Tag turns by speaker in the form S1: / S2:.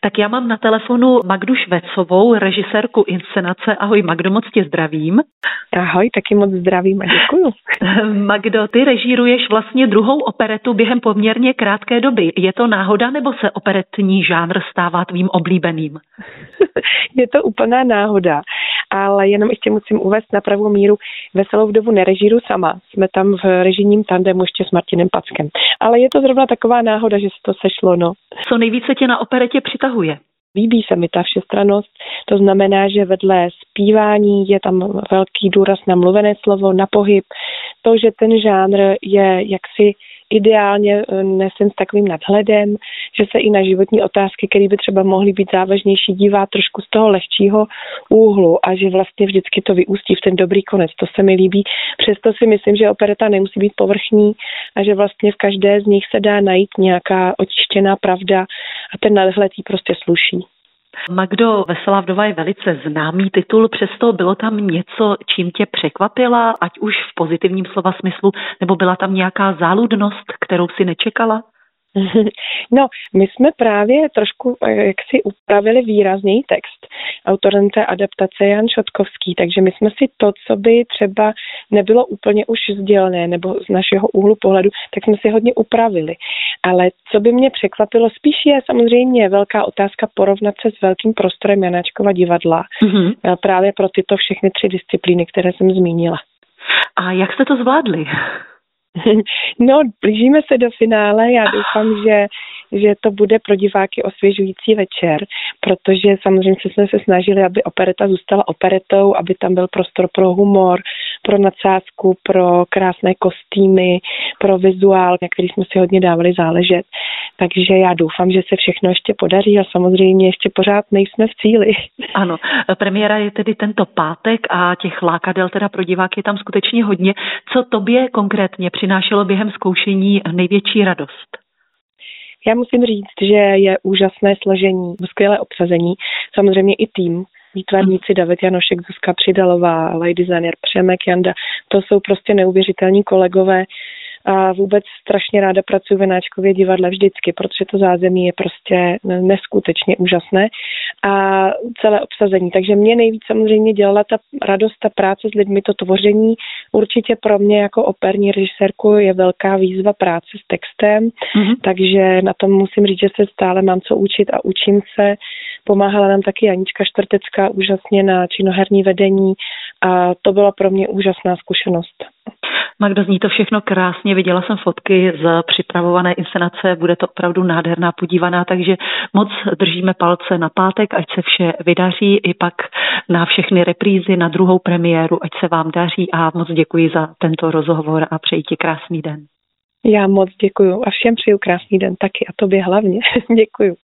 S1: Tak já mám na telefonu Magdu Švecovou, režisérku inscenace. Ahoj Magdo, moc tě zdravím.
S2: Ahoj, taky moc zdravím a děkuju.
S1: Magdo, ty režíruješ vlastně druhou operetu během poměrně krátké doby. Je to náhoda, nebo se operetní žánr stává tvým oblíbeným?
S2: Je to úplná náhoda, ale jenom ještě musím uvést na pravou míru. Veselou vdovu nerežíru sama. Jsme tam v režijním tandemu ještě s Martinem Packem. Ale je to zrovna taková náhoda, že se to sešlo, no.
S1: Co nejvíce tě na operetě přitahuje?
S2: Líbí se mi ta všestrannost, to znamená, že vedle zpívání je tam velký důraz na mluvené slovo, na pohyb. To, že ten žánr je jaksi ideálně nesen s takovým nadhledem, že se i na životní otázky, které by třeba mohly být závažnější, dívá trošku z toho lehčího úhlu a že vlastně vždycky to vyústí v ten dobrý konec. To se mi líbí. Přesto si myslím, že opereta nemusí být povrchní a že vlastně v každé z nich se dá najít nějaká očištěná pravda a ten nadhled jí prostě sluší.
S1: Magdo, Veselá vdova je velice známý titul, přesto bylo tam něco, čím tě překvapila, ať už v pozitivním slova smyslu, nebo byla tam nějaká záludnost, kterou si nečekala?
S2: No, my jsme právě trošku jaksi upravili výrazněji text. Autorem té adaptace je Jan Šotkovský, takže my jsme si to, co by třeba nebylo úplně už sdělné nebo z našeho úhlu pohledu, tak jsme si hodně upravili. Ale co by mě překvapilo, spíš je samozřejmě velká otázka porovnat se s velkým prostorem Janáčkova divadla. Právě pro tyto všechny 3 disciplíny, které jsem zmínila.
S1: A jak jste to zvládli?
S2: No, blížíme se do finále. Já doufám, že to bude pro diváky osvěžující večer, protože samozřejmě jsme se snažili, aby opereta zůstala operetou, aby tam byl prostor pro humor, pro nadsázku, pro krásné kostýmy, pro vizuál, na který jsme si hodně dávali záležet. Takže já doufám, že se všechno ještě podaří a samozřejmě ještě pořád nejsme v cíli.
S1: Ano, premiéra je tedy tento pátek a těch lákadel teda pro diváky je tam skutečně hodně. Co tobě konkrétně přinášelo během zkoušení největší radost?
S2: Já musím říct, že je úžasné složení, skvělé obsazení, samozřejmě i tým. Výtvarníci David Janošek, Zuzka Přidalová, light designer Přemek Janda, to jsou prostě neuvěřitelní kolegové a vůbec strašně ráda pracuji v Janáčkově divadle vždycky, protože to zázemí je prostě neskutečně úžasné a celé obsazení. Takže mě nejvíc samozřejmě dělala ta radost, ta práce s lidmi, to tvoření. Určitě pro mě jako operní režisérku je velká výzva práce s textem, takže na tom musím říct, že se stále mám co učit a učím se. Pomáhala nám taky Janička Štvrtecká úžasně na činoherní vedení a to byla pro mě úžasná zkušenost.
S1: Magdo, zní to všechno krásně, viděla jsem fotky z připravované inscenace, bude to opravdu nádherná podívaná, takže moc držíme palce na pátek, ať se vše vydaří, i pak na všechny reprízy, na druhou premiéru, ať se vám daří a moc děkuji za tento rozhovor a přeji ti krásný den.
S2: Já moc děkuju a všem přeju krásný den taky a tobě hlavně. Děkuju.